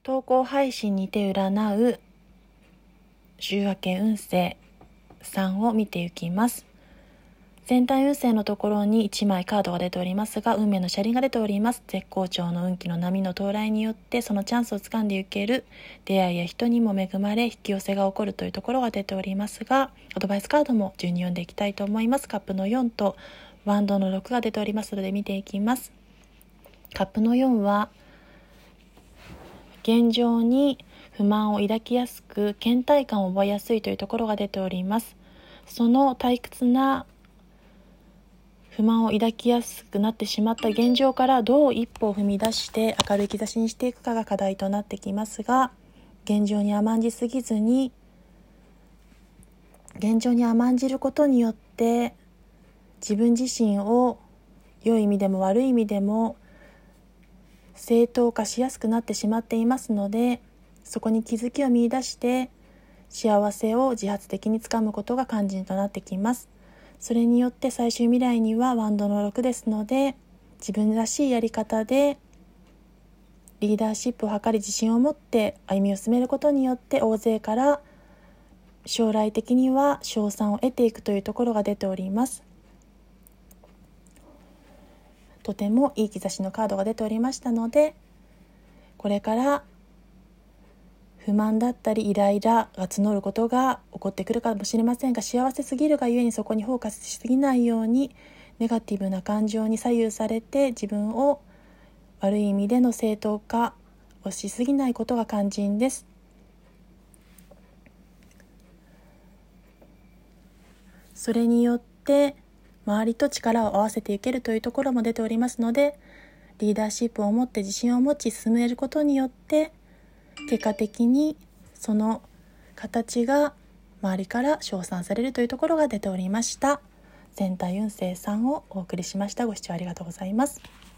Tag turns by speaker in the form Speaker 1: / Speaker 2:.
Speaker 1: 投稿配信にて占う週明け運勢3を見ていきます。全体運勢のところに1枚カードが出ておりますが、運命の車輪が出ております。絶好調の運気の波の到来によってそのチャンスをつかんでいける、出会いや人にも恵まれ引き寄せが起こるというところが出ておりますが、アドバイスカードも順に読んでいきたいと思います。カップの4とワンドの6が出ておりますので見ていきます。カップの4は現状に不満を抱きやすく倦怠感を覚えやすいというところが出ております。その退屈な不満を抱きやすくなってしまった現状からどう一歩を踏み出して明るい兆しにしていくかが課題となってきますが、現状に甘んじすぎずに、現状に甘んじることによって自分自身を良い意味でも悪い意味でも正当化しやすくなってしまっていますので、そこに気づきを見出して幸せを自発的につかむことが肝心となってきます。それによって最終未来にはワンドの6ですので、自分らしいやり方でリーダーシップを図り自信を持って歩みを進めることによって大勢から将来的には賞賛を得ていくというところが出ております。とてもいい兆しのカードが出ておりましたので、これから不満だったりイライラが募ることが起こってくるかもしれませんが、幸せすぎるがゆえにそこにフォーカスしすぎないように、ネガティブな感情に左右されて自分を悪い意味での正当化をしすぎないことが肝心です。それによって周りと力を合わせていけるというところも出ておりますので、リーダーシップを持って自信を持ち進めることによって結果的にその形が周りから称賛されるというところが出ておりました。全体運勢3をお送りしました。ご視聴ありがとうございます。